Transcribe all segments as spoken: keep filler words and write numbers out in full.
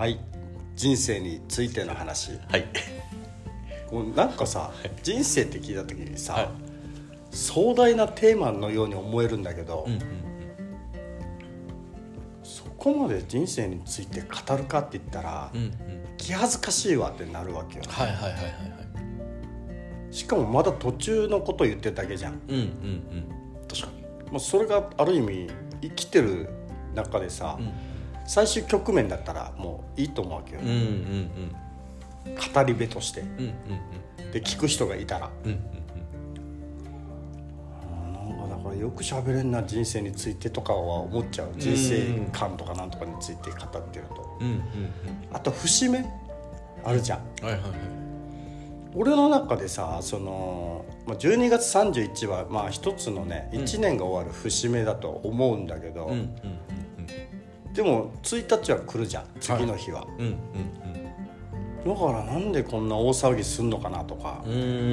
はい、人生についての話。 はい。 こうなんかさ、はい、人生って聞いた時にさ、はい、壮大なテーマのように思えるんだけど、うんうんうん、そこまで人生について語るかって言ったら、うんうん、気恥ずかしいわってなるわけよ、ね。 はいはいはいはいはい。しかもまだ途中のこと言ってるだけじゃん。 うんうんうん。確かに。 まあ、それがある意味生きてる中でさ、うん、最終局面だったらもういいと思うわけよ、ね。うんうんうん、語り部として、うんうんうん、で聞く人がいたら、うんうんうん、なんかだからよく喋れんな人生についてとかは思っちゃう。人生観とかなんとかについて語ってると、うんうんうん、あと節目あるじゃん、はいはいはい。俺の中でさ、そのじゅうにがつさんじゅういちはまあ一つのね、いちねんが終わる節目だと思うんだけど、うんうんうんうん、でもついたちは来るじゃん、次の日は、はい、うんうんうん、だからなんでこんな大騒ぎすんのかなとか、うんうんうんうん、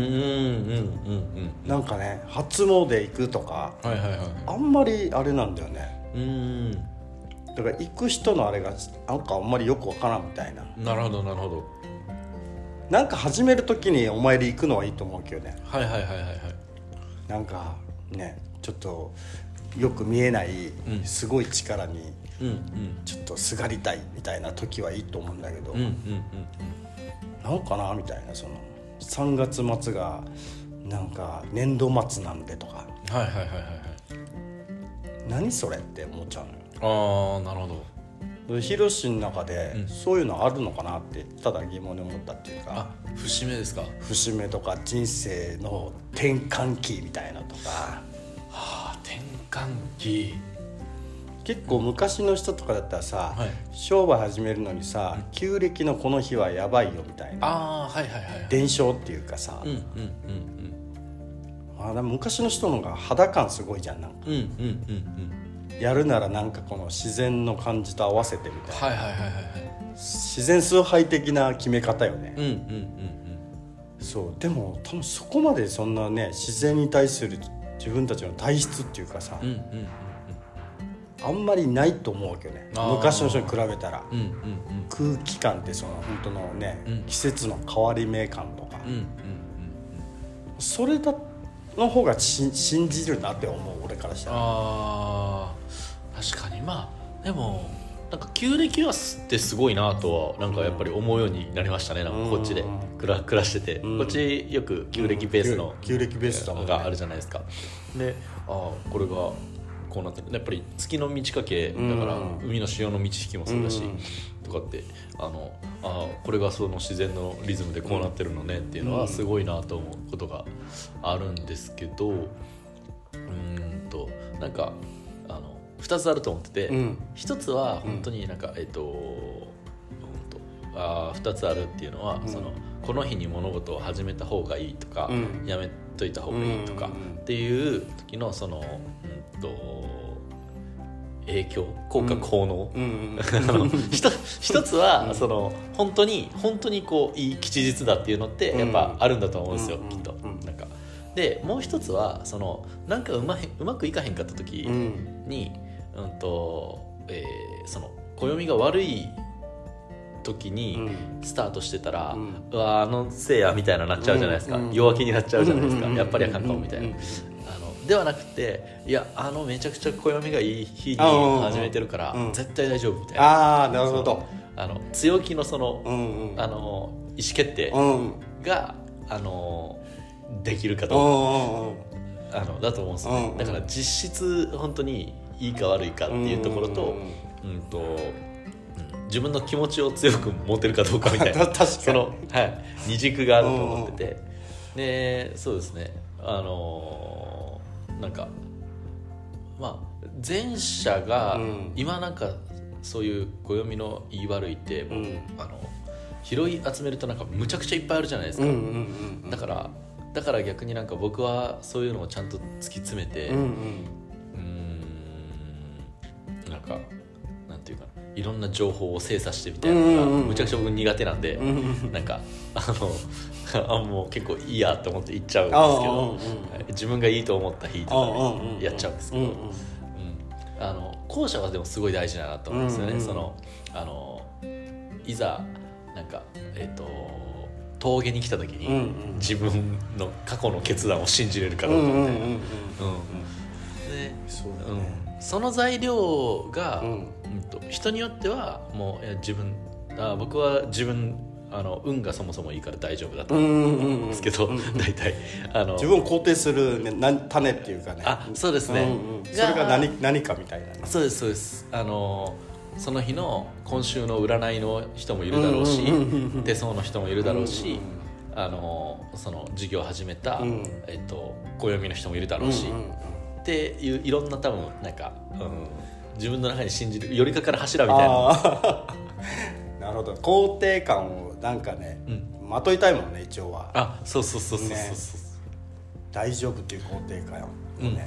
なんかね初詣行くとか、はいはいはい、あんまりあれなんだよね。うん、だから行く人のあれがなんかあんまりよくわからんみたいな。 なるほどなるほど。 なんか始めるときにお参り行くのはいいと思うけどね。 はいはいはいはいはい。なんかねちょっとよく見えないすごい力にちょっとすがりたいみたいな時はいいと思うんだけど、うんうんうんうん、なんかなみたいな、そのさんがつ末がなんか年度末なんでとか、はいはいはいはい、何それって思っちゃうのよ。ああなるほど。 ヒロシの中でそういうのあるのかなってただ疑問に思ったっていうか、 あ、節目ですか。 節目とか人生の転換期みたいなとか、はあ、転換期結構昔の人とかだったらさ、はい、商売始めるのにさ、うん、旧暦のこの日はやばいよみたいな、あ、はいはいはいはい、伝承っていうかさ、うんうんうんうん、あ、でも昔の人の方が肌感すごいじゃん、なんか、うんうんうんうん、やるならなんかこの自然の感じと合わせてみたいな、はいはいはいはい、自然崇拝的な決め方よね、うんうんうんうん、そうでも多分そこまでそんなね自然に対する自分たちの体質っていうかさ、うんうんうんうん、あんまりないと思うわけよね、昔の人に比べたら、うんうんうん、空気感ってその本当のね、うん、季節の変わり目感とか、うんうんうん、それだの方がし信じるなって思う、俺からしたら。 あ、確かに。まあでもなんか旧暦はってすごいなとはなんかやっぱり思うようになりましたね。なんかこっちで暮ら、暮らしてて、うん、こっちよく旧暦ベースの、 うん、旧暦ベースだもんね、 があるじゃないですか。で、あ、これがこうなってる。やっぱり月の満ち欠けだから、うん、海の潮の満ち引きもそうだし、うん、とかってあのあこれがその自然のリズムでこうなってるのねっていうのはすごいなと思うことがあるんですけど、うーんとなんかあのふたつあると思ってて、うん、ひとつは本当になんか、うん、えっと、うん、とあふたつあるっていうのは、うん、そのこの日に物事を始めた方がいいとか、うん、やめといた方がいいとかっていう時のその、うんと影響、効果効能、一つはその本当に本当にこういい吉日だっていうのってやっぱあるんだと思うんですよ、うん、きっと、なんかでもう一つはそのなんかうまへうまくいかへんかった時に、うんうんとえー、その暦が悪い時にスタートしてたら、うん、うわあのせいやみたいななっちゃうじゃないですか、うん、弱気になっちゃうじゃないですか、やっぱりあかんかもみたいな、ではなくて、いやあのめちゃくちゃ暦がいい日に始めてるから、うん、絶対大丈夫みたいな、 ああなるほど、 あの強気のその、うんうん、あの意思決定が、うん、あのできるかどうか、あのだと思うんですよね、うんうん、だから実質本当にいいか悪いかっていうところと、うんうんとうん、自分の気持ちを強く持てるかどうかみたいな確かにその、はい、二軸があると思ってて、でそうですね、あのなんかまあ前者が今なんかそういう暦の言い悪いってもう、うん、あの拾い集めるとなんかむちゃくちゃいっぱいあるじゃないですか、うんうんうんうん、だからだから逆になんか僕はそういうのをちゃんと突き詰めて、うんうん、うーんなんかなんていうかいろんな情報を精査してみたいなのがむちゃくちゃ僕苦手なんで、うんうんうん、なんかあのあもう結構いいやと思って行っちゃうんですけど、うんうん、自分がいいと思った日とかでやっちゃうんですけど、うんうんうん、あの後者はでもすごい大事だなと思うんですよね、うんうん、そのあのいざなんかえっ、ー、と峠に来た時に、うんうん、自分の過去の決断を信じれるかどうかみたいな。その材料が、うんうんと、人によってはもういや自分あ僕は自分あの運がそもそもいいから大丈夫だと思うんですけど、うんうんうん、大体あの自分を肯定する、ね、な種っていうかね。 あそうですね、 うんうん、それが 何, 何かみたいな、ね、 そうですそうです。あのその日の今週の占いの人もいるだろうし、手相の人もいるだろうし、うんうんうん、あのその授業を始めた、うんえっと、暦の人もいるだろうし、うんうんうん、っていういろんな多分なんか、うん、自分の中に信じる寄りかかる柱みたいな。 なるほど。肯定感をなんかね、うん、まといたいもんね一応は。 あそうそうそうそうそう、ね、 大丈夫っていう肯定感をね、うんうん、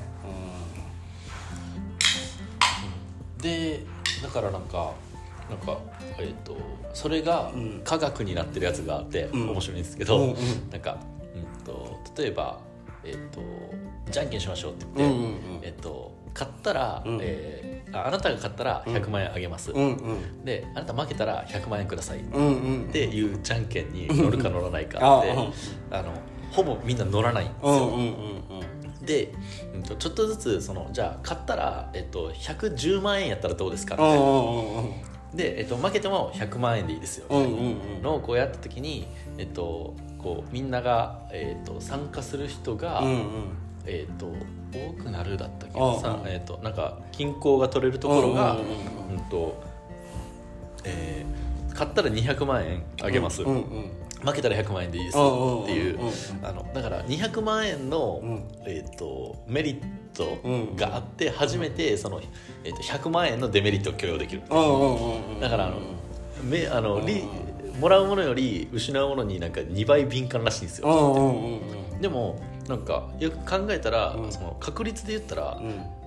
でだからなんかなんかえーとそれが科学になってるやつがあって面白いんですけど、うんうんうん、なんか、うんと例えばえーとじゃんけんしましょうって言って、うんうんうん、えーと買ったら、うんえー、あ, あなたが買ったらひゃくまん円あげます、うんうん、であなた負けたらひゃくまん円ください、うんうん、っていうじゃんけんに乗るか乗らないかって、うんうん、あのほぼみんな乗らないんですよ、うんうんうんうん、で、うん、とちょっとずつそのじゃあ買ったら、えっと、ひゃくじゅうまん円やったらどうですかみたいな、うんうんうん、で、えっと、負けてもひゃくまん円でいいですよみたいなのをこうやった時に、えっと、こうみんなが、えっと、参加する人が、うんうんえー、と多くなるだったっけどさ、えー、となんか均衡が取れるところが、うんとえー、買ったらにひゃくまん円あげます、うんうんうん、負けたらひゃくまん円でいいですっていう、あのだからにひゃくまん円の、うんえー、とメリットがあって初めてその、えー、とひゃくまん円のデメリットを許容できる。だからあのめあのリもらうものより失うものになんかにばい敏感らしいんですよ。でもなんかよく考えたら、うん、その確率で言ったら、うん、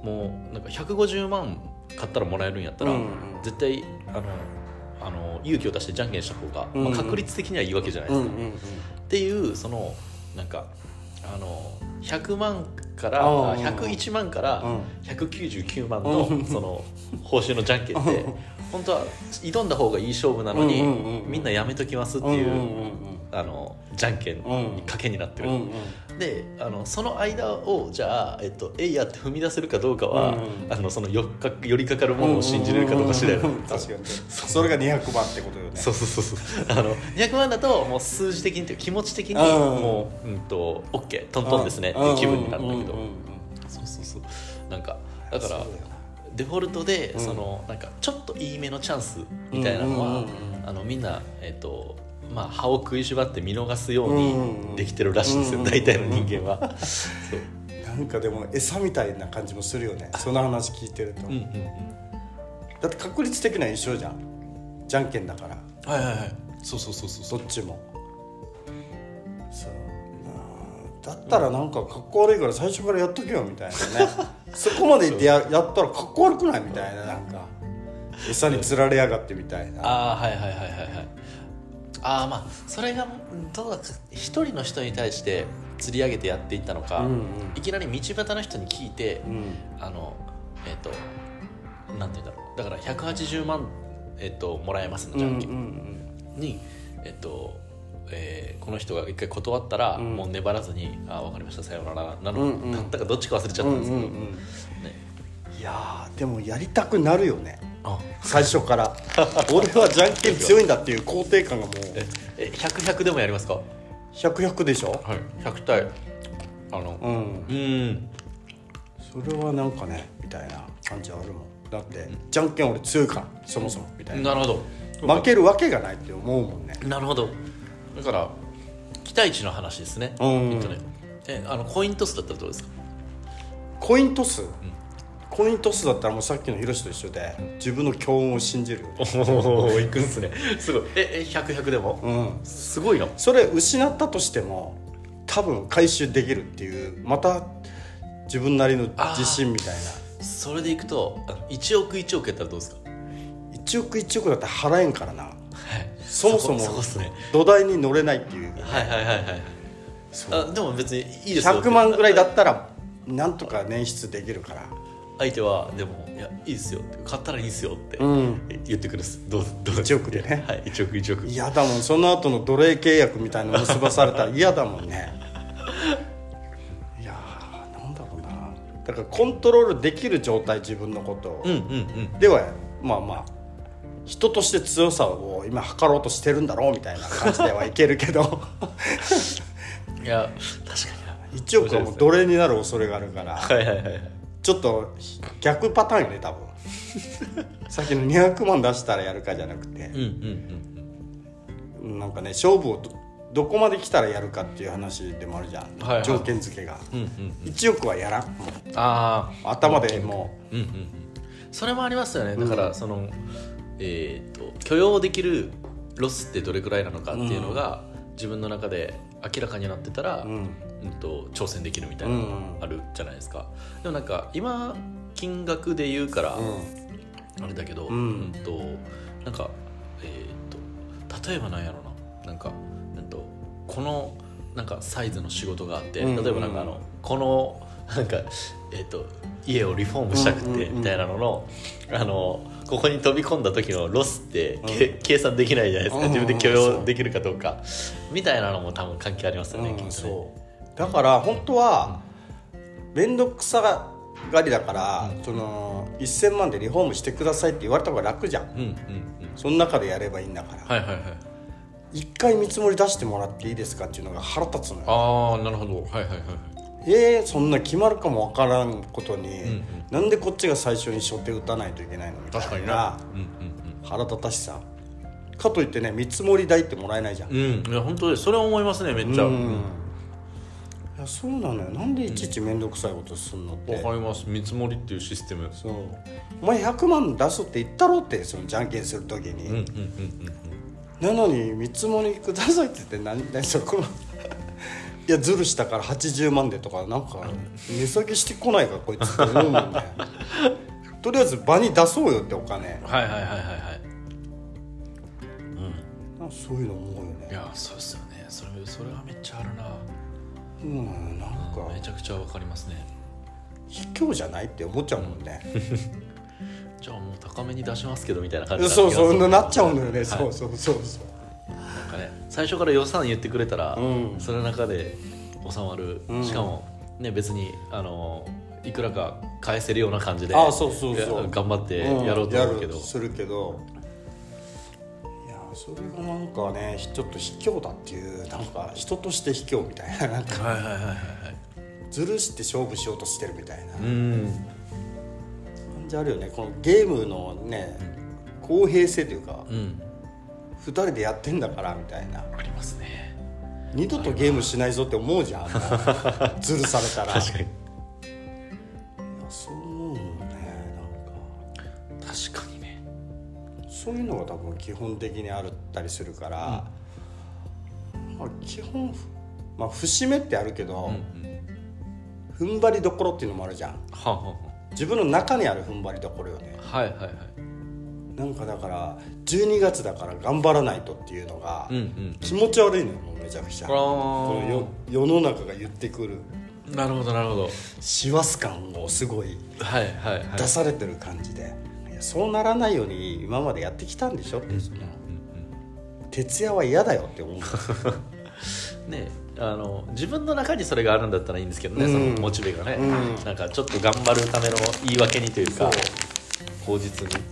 もうなんかひゃくごじゅうまん買ったらもらえるんやったら、うんうん、絶対あのあの勇気を出してじゃんけんした方が、うんうんまあ、確率的にはいいわけじゃないですか、うんうんうん、っていうそのなんかあのひゃくまんからひゃくいちまんからひゃくきゅうじゅうきゅうまんのその報酬のじゃんけんって本当は挑んだ方がいい勝負なのに、うんうんうん、みんなやめときますっていう、うんうんうん、あのじゃんけんに賭けになってる、うんうんであのその間をじゃあ、えっと、えいやって踏み出せるかどうかは、うんうん、あのそのよっか寄りかかるものを信じれるかどうか次第だ、うんうん、 確かにそれがにひゃくまんってことよね。 そうそうそうそうあのにひゃくまんだともう数字的にというか気持ち的にもう、うんと、OK トントンですねっていう気分になるんだけど、そうそうそうなんかだからデフォルトで、うん、そのなんかちょっといいめのチャンスみたいなのは、うんうんうんうん、あのみんなえっとまあ、歯を食いしばって見逃すようにできてるらしいんですよ、うんうん、大体の人間はそうなんかでも餌みたいな感じもするよねその話聞いてると、うんうんうん、だって確率的には一緒じゃんじゃんけんだからはいはいはいそうそうそうそうどっちもそうだったらなんかかっこ悪いから最初からやっとけよみたいなねそこまで言って や, やったらかっこ悪くないみたいななんか餌に釣られやがってみたいなああはいはいはいはいはいあまあそれがどうだ一人の人に対して釣り上げてやっていったのか、うんうん、いきなり道端の人に聞いて、うん、あのえっ、ー、となんて言うんだろうだからひゃくはちじゅうまん、えー、ともらえますのじゃんけん、うんうんうん、にえっ、ー、と、えー、この人が一回断ったら、うん、もう粘らずにあ分かりましたさようならなの、うんうん、だったかどっちか忘れちゃったんですけど、うんうんうんね、 いやでもやりたくなるよね最初から俺はじゃんけん強いんだっていう肯定感がもうえひゃく、ひゃくでもやりますかひゃく、ひゃくでしょ、 はい、ひゃく対あのうんうんそれはなんかねみたいな感じあるもんだってじゃんけん俺強いからそもそもみたいななるほど負けるわけがないって思うもんねなるほどだから期待値の話ですね、うんえっとねえあのコイントスだったらどうですかコイントス、うんコイントスだったらもうさっきのヒロシと一緒で自分の強運を信じるよ、ね、 おおいくんすねすごいええひゃく、ひゃくでも、うん、すごいなそれ失ったとしても多分回収できるっていうまた自分なりの自信みたいなそれでいくといちおくいちおくやったらどうですかいちおくいちおくだったら払えんからな、はい、そもそも土台に乗れないっていう、ね、 はいはいはいはいあでも別にいいですよひゃくまんぐらいだったらなんとか捻出できるから相手はでもいやいいですよ買ったらいいですよって言ってくるです、うん、どうどういちおくでね、 はい、いちおくいちおく嫌だもん。その後の奴隷契約みたいなの結ばされたら嫌だもんねいやーなんだろうな、だからコントロールできる状態、自分のことを、うんうんうん、ではまあまあ人として強さを今測ろうとしてるんだろうみたいな感じではいけるけどいや確かにいちおくはもう奴隷になる恐れがあるからはいはいはい、はい、ちょっと逆パターンよね多分さっきのにひゃくまん出したらやるかじゃなくて、うんうんうん、なんかね勝負を ど, どこまで来たらやるかっていう話でもあるじゃん、はいはい、条件付けが、うんうんうん、いちおくはやらん、もうあ頭でもう、うんうんうん、 それもありますよね。だからその、うんえー、と許容できるロスってどれくらいなのかっていうのが、うん、自分の中で明らかになってたら、うんうん、と挑戦できるみたいなのがあるじゃないですか、うん、でもなんか今金額で言うから、うん、あれだけど、うんうん、となんか、えー、と例えばなんやろな、なんか、うん、とこのなんかサイズの仕事があって、うんうん、例えばなんかあのこのなんか、えー、と家をリフォームしたくてみたいなのの、うんうんうん、あのここに飛び込んだ時のロスって、うん、計算できないじゃないですか、自分で許容できるかどうか、うん、みたいなのも多分関係ありますよね、うん、きっとね。 そうだから本当は面倒くさがりだから、うん、そのせんまんでリフォームしてくださいって言われた方が楽じゃん、うんうんうん、その中でやればいいんだから、はいはいはい、一回見積もり出してもらっていいですかっていうのが腹立つのよ。 ああなるほど、はいはいはい。 えー、そんな決まるかもわからんことに、うんうん、なんでこっちが最初に初手打たないといけないのみたいな、確かにな、うんうんうん、腹立たしさかといってね、見積もり代ってもらえないじゃん、うん、 いや本当です、それは思いますね、めっちゃ、うんうん、 いやそうなのよ、なんでいちいち面倒くさいことすんのって。 わかります、見積もりっていうシステム。 そう、お前ひゃくまん出すって言ったろって、そのじゃんけんするときに、うんうんうんうん、なのに見積もりくださいって言って何何そこのいやズルしたからはちじゅうまんでとか、なんか値下げしてこないかこいつって思うもんねとりあえず場に出そうよってお金。はいはいはいはいはい、うん、なんかそういうの思うよね。 いやそうですよね、それそれはめっちゃあるな。 うん、なんか、 うん、めちゃくちゃわかりますね。 卑怯じゃないって思っちゃうもんね、うん、 じゃあもう高めに出しますけどみたいな感じになそうそうなっちゃうのよね、はい、そうそうそうそう、 なんかね、最初から予算言ってくれたら、うん、その中で収まる、うん、しかも、ね、別にあのいくらか返せるような感じで、あ、そうそうそう、頑張ってやろうと思うけど、 うん、するけど、いやそれがなんかねちょっと卑怯だっていう、なんか人として卑怯みたいな、なんか、はいはいはいはい、ずるして勝負しようとしてるみたいな感じあるよね。このゲームのね、うん、公平性というか、うん、ふたりでやってんだからみたいな、 ありますね。 二度とゲームしないぞって思うじゃんズルされたら。確かに、いやそう思うね、なんか確かにね、 そういうのが多分基本的にあったりするから、うんまあ、基本、まあ、節目ってあるけど、うんうん、踏ん張りどころっていうのもあるじゃん、はあはあ、自分の中にある踏ん張りどころよね。はいはいはい、なんかだからじゅうにがつだから頑張らないとっていうのが気持ち悪いのよ、もうめちゃくちゃ。この 世, 世の中が言ってくる、 なるほどなるほど、 師走感をすごい出されてる感じで、はいはいはい、いやそうならないように今までやってきたんでしょって、うんそのうんうん、徹夜は嫌だよって思うね、あの自分の中にそれがあるんだったらいいんですけどね、うん、そのモチベがね、うん、なんかちょっと頑張るための言い訳にというか口実に、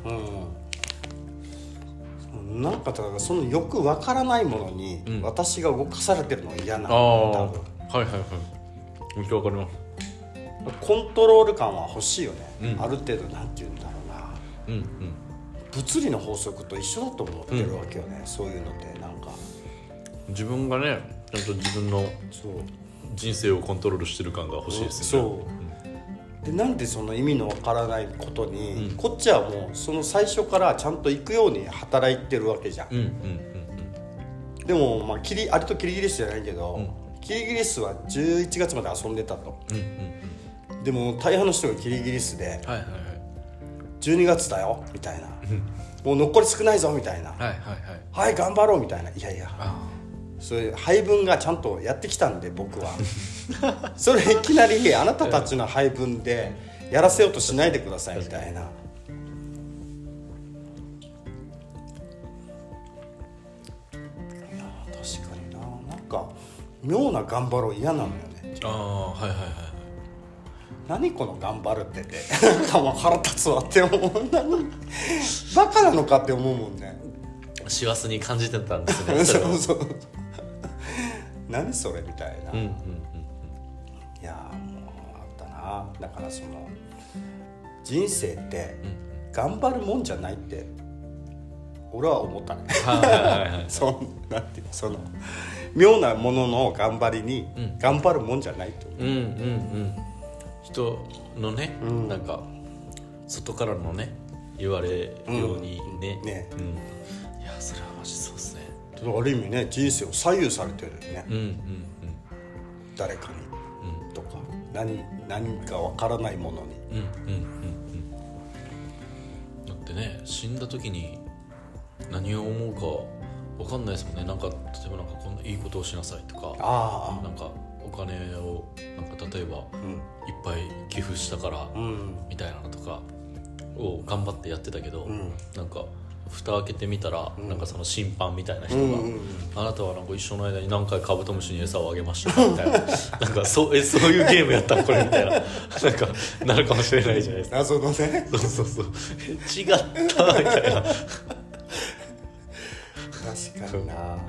うん、なんかだからそのよくわからないものに私が動かされてるのは嫌なの、 うん、多分。はいはいはい、めっちゃわかります。 コントロール感は欲しいよね、うん、ある程度なんて言うんだろうな、うんうん、物理の法則と一緒だと思ってるわけよね、うん、そういうのってなんか自分がねちゃんと自分の人生をコントロールしてる感が欲しいですよね。そう、 でなんでその意味のわからないことに、うん、こっちはもうその最初からちゃんと行くように働いてるわけじゃん、うんうんうんうん、でも、まあ、キリあれとキリギリスじゃないけど、うん、キリギリスはじゅういちがつまで遊んでたと、うんうんうん、でも大半の人がキリギリスで、はいはいはい、じゅうにがつだよみたいなもう残り少ないぞみたいな、はいはいはい、はい頑張ろうみたいな、いやいやそういう配分がちゃんとやってきたんで僕はそれいきなりあなたたちの配分でやらせようとしないでくださいみたいな。いや確かにな、なんか妙な頑張ろう嫌なのよね。 ああはいはいはい。 何この頑張るっててなんかもう腹立つわって思う。バカなのかって思うもんね。 師走に感じてたんですねそうそう何それみたいな、うんうんうんうん、いやもうあったな。だからその人生って頑張るもんじゃないって俺は思ったね。そんなんていうその妙なものの頑張りに頑張るもんじゃないと思う、うんうんうん、 人のね、うん、なんか外からのね言われるようにね、うんね、うん、いやそれはマジそうですね。 ある意味ね人生を左右されてるよね、うんうんうん、誰かに、うん、とか 何, 何か分からないものに、うんうんうんうん、だってね死んだ時に何を思うか分かんないですもんね。なんか例えばなんかこんないいことをしなさいとか、あなんかお金をなんか例えば、うん、いっぱい寄付したから、うん、みたいなのとかを頑張ってやってたけど、うん、なんか蓋開けてみたら、うん、なんかその審判みたいな人が、うんうんうん、あなたはなんか一生の間に何回カブトムシに餌をあげましたみたいななんかそうえそういうゲームやったのこれみたいななんかなるかもしれないじゃないですか。 謎のねそうそうそう違ったみたいな確かにな、はい、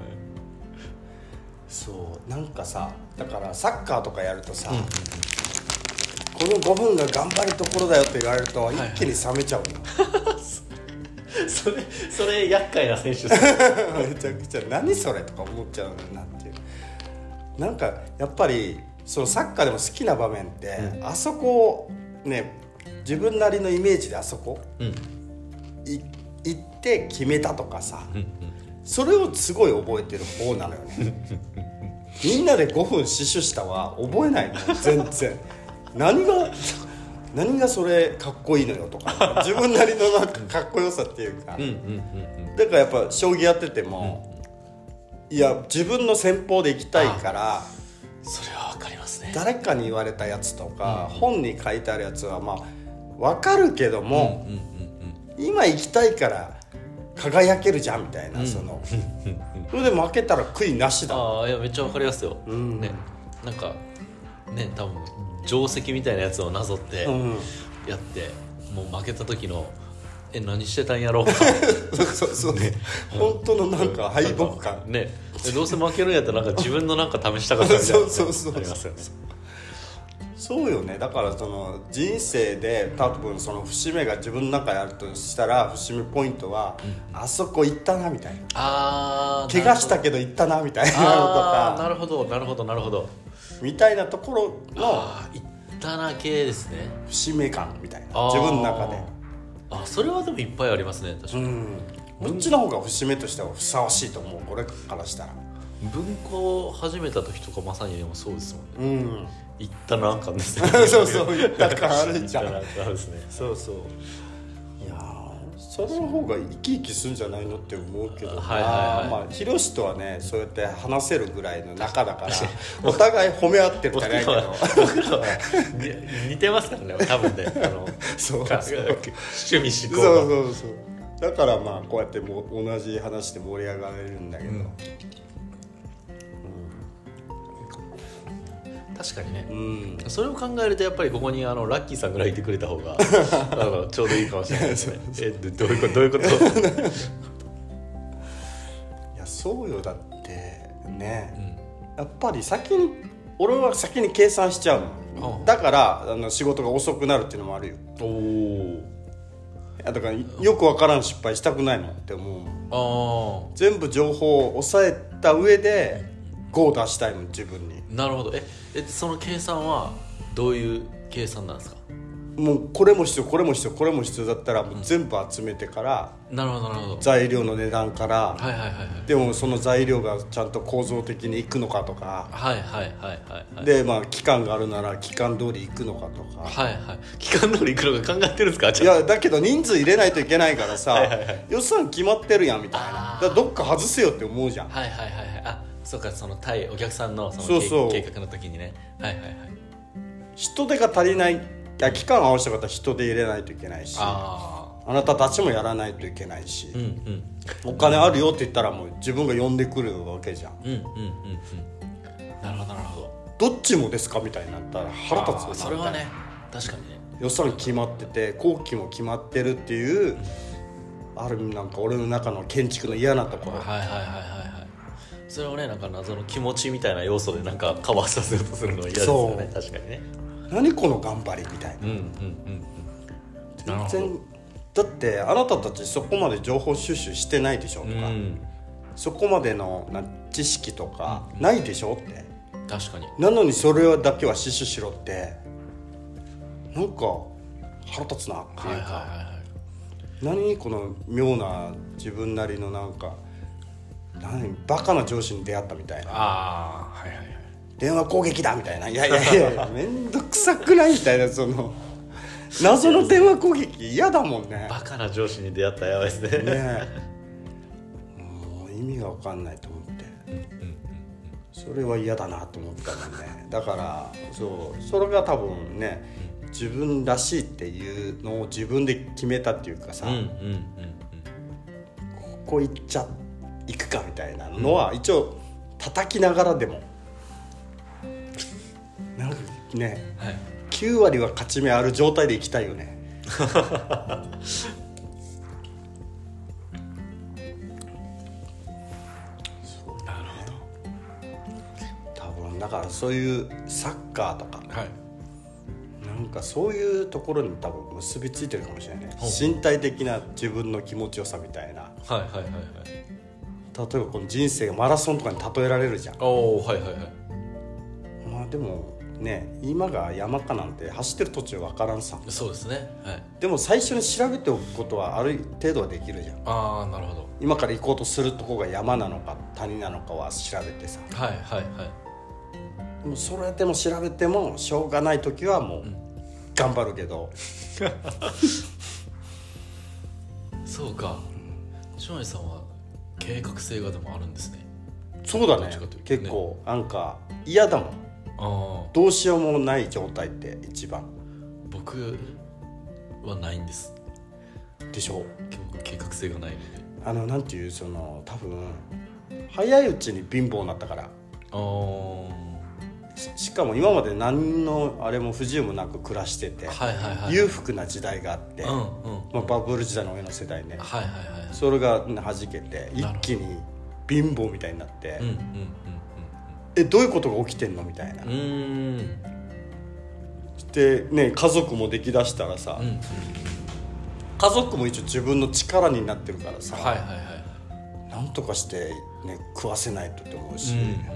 そうなんかさだからサッカーとかやるとさ、うんうんうん、このごふんが頑張るところだよって言われると一気に冷めちゃうの、はいはいそれそれ厄介な選手ですめちゃくちゃ何それとか思っちゃうなっていう。なんかやっぱりそのサッカーでも好きな場面って、うん、あそこね自分なりのイメージであそこ、うん、い行って決めたとかさ、うんうん、それをすごい覚えてる方なのよねみんなでごふん死守したは覚えないの全然何が何がそれかっこいいのよとか自分なりのなんかかっこよさっていうか、うんうんうんうん、だからやっぱ将棋やってても、うん、いや自分の戦法でいきたいからそれは分かりますね。 誰かに言われたやつとか、うん、本に書いてあるやつはまあ分かるけども、うんうんうんうん、今行きたいから輝けるじゃんみたいな、うん、そのそれで負けたら悔いなしだ。 あいやめっちゃ分かりますよ、うんね、なんかね多分定石みたいなやつをなぞってやって、うん、もう負けた時のえ何してたんやろうかそうそう、ね、本当のなんか敗北感ねどうせ負けるんやったらなんか自分のなんか試したかったみたいなそうそうそうありますよね。そうよね。だからその人生で多分その節目が自分の中にあるとしたら節目ポイントは、うん、あそこ行ったなみたいなあ怪我したけど行ったなみたいなのとかなるほどなるほどなるほどみたいなところのあいったな系ですね。 節目感みたいな自分の中であそれはでもいっぱいありますね確かに、うん、 どっちの方が節目としてはふさわしいと思うこれからしたら。 文庫を始めた時とかまさにでもそうですもんね、うん、行ったな感ですねそうそう行った感あるじゃん行ったな感ですねそうそういやそれの方が生き生きするんじゃないのって思うけど、はいはいはい、まあヒロシとはねそうやって話せるぐらいの仲だからお互い褒め合ってるじゃないけど僕らは似てますからね多分ねあのそうそう趣味思考がそうそうそうだからまあこうやっても同じ話で盛り上がれるんだけど、うん確かにね、うん、それを考えるとやっぱりここにあのラッキーさんぐらいいてくれた方があのちょうどいいかもしれないですねえどういうことどういうこといやそうよだってね、うん、やっぱり先に俺は先に計算しちゃうの、うん、だからあの仕事が遅くなるっていうのもあるよ。おだからよくわからん失敗したくないのって思う。あ全部情報を抑えた上でごを出したいの自分に。 なるほど。ええその計算はどういう計算なんですか？ もうこれも必要これも必要これも必要だったらもう全部集めてから、 うん、なるほどなるほど材料の値段から、 はいはいはいはい、でもその材料がちゃんと構造的にいくのかとか、 はいはいはいはい、はい、 でまあ期間があるなら期間通りいくのかとか、 はいはい期間通りいくのか考えてるんですか？ いやだけど人数入れないといけないからさはいはい、はい、予算決まってるやんみたいな。だからどっか外せよって思うじゃん。 はいはいはいはいあそうかその対お客さんのそのそうそう計画の時にねはいはいはい人手が足りないや期間を合わせた方は人で入れないといけないし、ああなたたちもやらないといけないし、うんうん、お金あるよって言ったらもう自分が呼んでくるわけじゃん、うんうんうんうん、 なるほどなるほどどっちもですかみたいになったら腹立つよな。 それはね確かにね、 予算決まってて工期も決まってるっていう、うん、ある意味なんか俺の中の建築の嫌なところ、 はいはいはいはいはい、それをねなんか謎の気持ちみたいな要素でなんかカバーさせようとするのは嫌ですよね。確かにね、 何この頑張りみたいな、うんうんうんうん、全然だってあなたたちそこまで情報収集してないでしょとか、うん、そこまでのな知識とかないでしょって、 うん、確かに。 なのにそれだけは死守しろってなんか腹立つなっていうか、はいはいはいはい、何この妙な自分なりのなんか何バカな上司に出会ったみたいな、あ、はいはいはい、電話攻撃だみたいな、いやいやいやめんどくさくないみたいな、その謎の電話攻撃嫌だもんね。 バカな上司に出会ったらやばいですね。ねもう意味が分かんないと思って、うんうんうん、それは嫌だなと思ったもんね。だからそうそれが多分ね自分らしいっていうのを自分で決めたっていうかさ、うんうんうんうん、ここ行っちゃ行くかみたいなのは一応叩きながらでもなんかね、はい、きゅう割は勝ち目ある状態で行きたいよね。そうなるほど。多分だからそういうサッカーとか、はい、なんかそういうところに多分結びついてるかもしれないね。身体的な自分の気持ちよさみたいな。はいはいはいはい。例えばこの人生がマラソンとかに例えられるじゃん。おー、はいはいはい。まあでもね今が山かなんて走ってる途中分からんさ。 そうですね、はい、でも最初に調べておくことはある程度はできるじゃん。 ああなるほど。 今から行こうとするとこが山なのか谷なのかは調べてさ、 はいはいはい。 でもそれでも調べてもしょうがない時はもう頑張るけど、 うん、そうか。庄司さんは計画性がでもあるんですね。 そうだね、結構なんか嫌だもん。あ、どうしようもない状態って一番。 僕はないんですでしょ。 計画性がないので、 あのなんていうその多分早いうちに貧乏になったから。あ し, しかも今まで何のあれも不自由もなく暮らしてて、はいはいはい、裕福な時代があって、うんうんまあ、バブル時代の上の世代ね、はいはいはい、それが弾けて一気に貧乏みたいになって、うんうんうんうん、えどういうことが起きてんのみたいな。うーんでね家族もできだしたらさ、うんうん、家族も一応自分の力になってるからさ、はいはいはい、なんとかして、ね、食わせないとって思うし、うんうんうん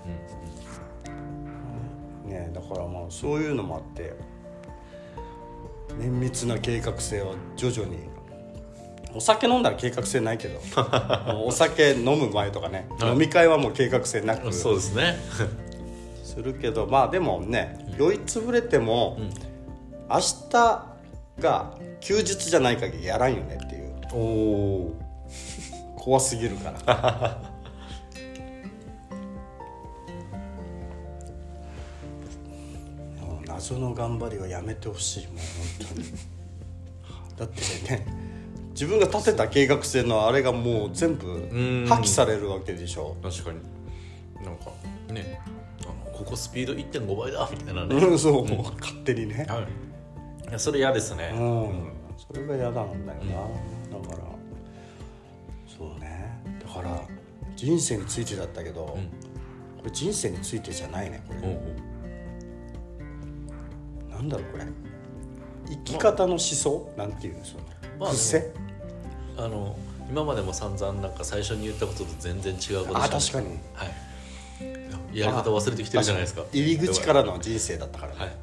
ね、だからまあそういうのもあって綿密な計画性は徐々に。お酒飲んだら計画性ないけどお酒飲む前とかね飲み会はもう計画性なくそうですねするけど、まあでもね酔いつぶれても、うん、明日が休日じゃない限りやらんよねっていう。お怖すぎるから謎の頑張りはやめてほしい。もう本当にだってね自分が立てた計画性のあれがもう全部破棄されるわけでしょ。 確かになんかねあのここスピード いってんご 倍だみたいなね、 うん、そう、うん、勝手にね、 はい、いやそれ嫌ですね、うんうん、それが嫌なんだよな、うん、だからそうね。だから人生についてだったけど、うん、これ人生についてじゃないねこれ、うんうん、なんだろうこれ生き方の思想、まあ、なんていうのその、まあ、癖あの今までも散々なんか最初に言ったことと全然違うことしあ確かに、 はい、やり方忘れてきてるじゃないですか。 入り口からの人生だったからね、はい、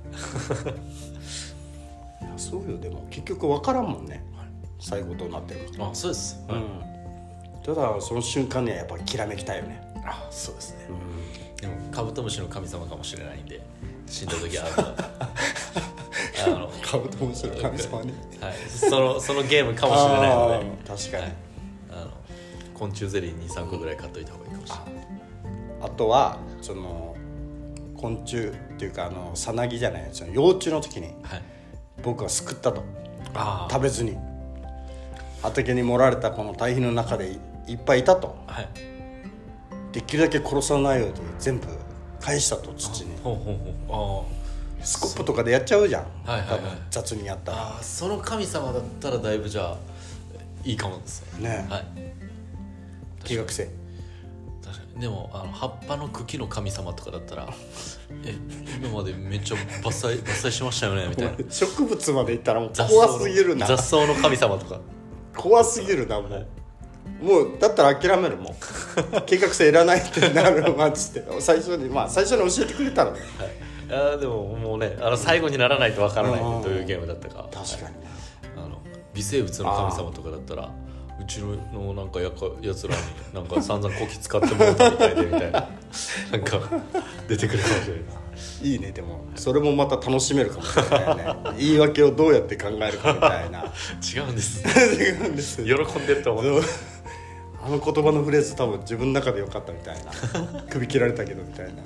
いやそうよ。でも結局分からんもんね、はい、最後どうなってるか。 あそうです、はい、うん、 ただその瞬間にはやっぱきらめきたいよね。 あそうですね、うん、でもカブトムシの神様かもしれないんで死んだ時はあのカブトムシの神様に、 はい、そのそのゲームかもしれないので確かに、はい、 あの昆虫ゼリー にさんこぐらい買っといた方がいいかもしれない。 あ, あとはその昆虫っていうかあのさなぎじゃないその幼虫の時に、はい、 僕は救ったと。 あ食べずに畑に盛られたこの堆肥の中で い, いっぱいいたと、 はい、 できるだけ殺さないように全部返したと土に。 ほうほうほう。あスコップとかでやっちゃうじゃん、 はいはいはい、 多分雑にやったら。 あその神様だったらだいぶじゃあいいかもですね。 ねえ、 はい、 計画性。 確かに。でもあの葉っぱの茎の神様とかだったらえ今までめっちゃ伐採伐採しましたよねみたいな。 植物までいったらもう怖すぎるな。 雑草の神様とか怖すぎるな。もうもうだったら諦める。もう計画性いらないってなるマジで。最初にまあ最初に教えてくれたらね、 はい、あでももうねあの最後にならないとわからない、うん、どういうゲームだったか。 確かに、 はい、あの微生物の神様とかだったらうちのなんかやかやつらになんか散々こき使ってもらったみたいでみたいななんか出てくるかもしれない。 いいね。でもそれもまた楽しめるかもしれないね。言い訳をどうやって考えるかみたいな。 違うんです違うんです喜んでると思う。 あの言葉のフレーズ多分自分の中でよかったみたいな。首切られたけどみたいな。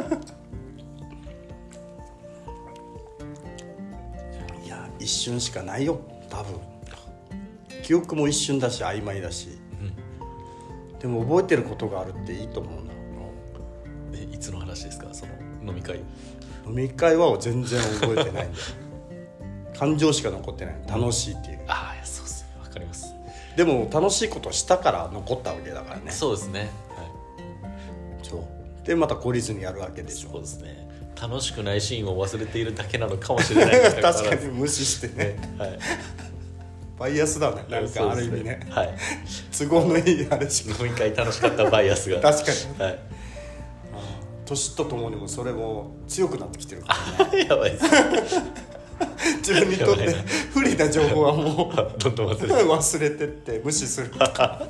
いや一瞬しかないよ多分。記憶も一瞬だし曖昧だし、うん、でも覚えてることがあるっていいと思うな。 えいつの話ですか？その飲み会。 飲み会は全然覚えてないんだよ。感情しか残ってない。楽しいっていう、うん、 ああそうですね、わかります。 でも楽しいことしたから残ったわけだからね。 そうですね、はい、 そうでまた懲りずにやるわけでしょ。 そうですね。楽しくないシーンを忘れているだけなのかもしれないです確かに無視してね、 はい、 バイアスだね。なんかある意味ね、 はい、 都合のいいあれしか。 飲み会楽しかったバイアスが確かに、 はい、 年とともにもそれも強くなってきてるからね。 やばいです自分にとって不利な情報はもうどんどん忘れて忘れてって無視する。いや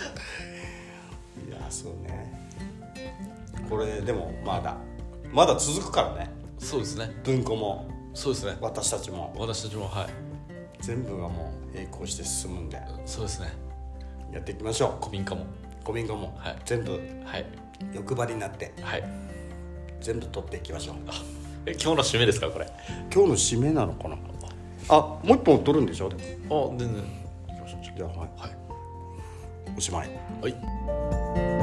そうね。これでもまだまだ続くからね。 そうですね。 文庫もそうですね。 私たちも私たちもはい。 全部がもう並行して進むんで。 そうですね。 やっていきましょう。 古民家も古民家も、 はい、 全部、 はい、 欲張りになって、 はい、 全部取っていきましょう。 え今日の締めですかこれ？ 今日の締めなのかな。あもう一本取るんでしょ。でもあ全然。 じゃあはい、はい、おしまい。 はい。